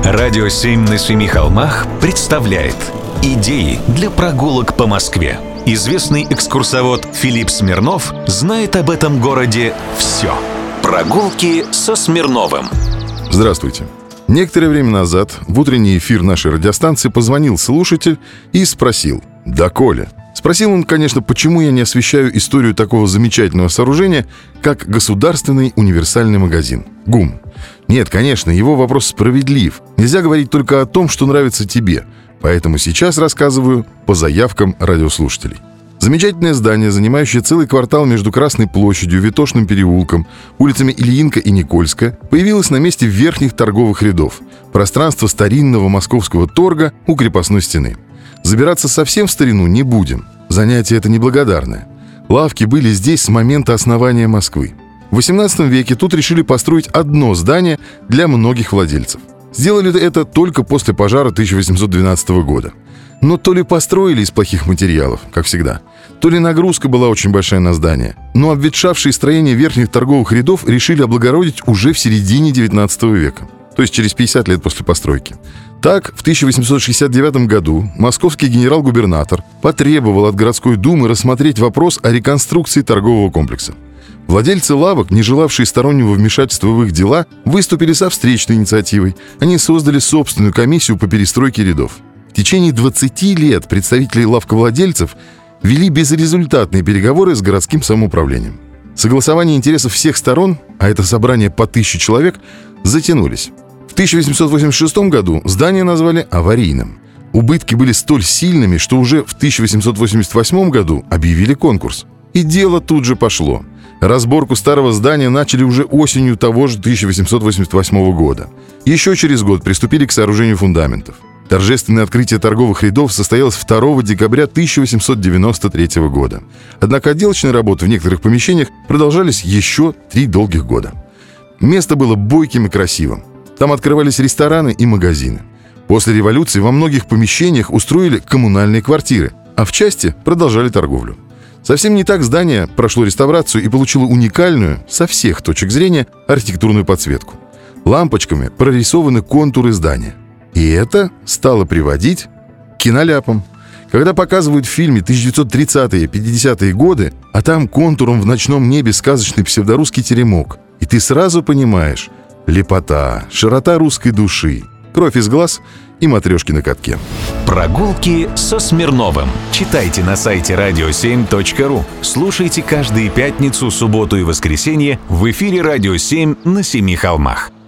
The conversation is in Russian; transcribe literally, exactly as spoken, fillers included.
Радио семь на семи холмах представляет идеи для прогулок по Москве. Известный экскурсовод Филипп Смирнов знает об этом городе все. Прогулки со Смирновым. Здравствуйте. Некоторое время назад в утренний эфир нашей радиостанции позвонил слушатель и спросил: «Да, Коля». Спросил он, конечно, почему я не освещаю историю такого замечательного сооружения, как Государственный универсальный магазин ГУМ. Нет, конечно, его вопрос справедлив. Нельзя говорить только о том, что нравится тебе. Поэтому сейчас рассказываю по заявкам радиослушателей. Замечательное здание, занимающее целый квартал между Красной площадью, Витошным переулком, улицами Ильинка и Никольская, появилось на месте верхних торговых рядов, пространство старинного московского торга у крепостной стены. Забираться совсем в старину не будем. Занятие это неблагодарное. Лавки были здесь с момента основания Москвы. В восемнадцатом веке тут решили построить одно здание для многих владельцев. Сделали это только после пожара тысяча восемьсот двенадцатого года. Но то ли построили из плохих материалов, как всегда, то ли нагрузка была очень большая на здание. Но обветшавшие строения верхних торговых рядов решили облагородить уже в середине девятнадцатого века, то есть через пятьдесят лет после постройки. Так, в тысяча восемьсот шестьдесят девятом году московский генерал-губернатор потребовал от городской думы рассмотреть вопрос о реконструкции торгового комплекса. Владельцы лавок, не желавшие стороннего вмешательства в их дела, выступили со встречной инициативой. Они создали собственную комиссию по перестройке рядов. В течение двадцати лет представители лавковладельцев вели безрезультатные переговоры с городским самоуправлением. Согласование интересов всех сторон, а это собрание по тысяче человек, затянулись. В тысяча восемьсот восемьдесят шестом году здание назвали аварийным. Убытки были столь сильными, что уже в тысяча восемьсот восемьдесят восьмом году объявили конкурс. И дело тут же пошло. Разборку старого здания начали уже осенью того же тысяча восемьсот восемьдесят восьмого года. Еще через год приступили к сооружению фундаментов. Торжественное открытие торговых рядов состоялось второго декабря тысяча восемьсот девяносто третьего года. Однако отделочные работы в некоторых помещениях продолжались еще три долгих года. Место было бойким и красивым. Там открывались рестораны и магазины. После революции во многих помещениях устроили коммунальные квартиры, а в части продолжали торговлю. Совсем не так здание прошло реставрацию и получило уникальную, со всех точек зрения, архитектурную подсветку. Лампочками прорисованы контуры здания. И это стало приводить к киноляпам. Когда показывают в фильме тысяча девятьсот тридцатые — пятидесятые годы, а там контуром в ночном небе сказочный псевдорусский теремок, и ты сразу понимаешь: лепота, широта русской души, кровь из глаз и матрешки на катке. Прогулки со Смирновым. Читайте на сайте радио семь точка ру. Слушайте каждые пятницу, субботу и воскресенье в эфире «Радио семь» на Семи холмах.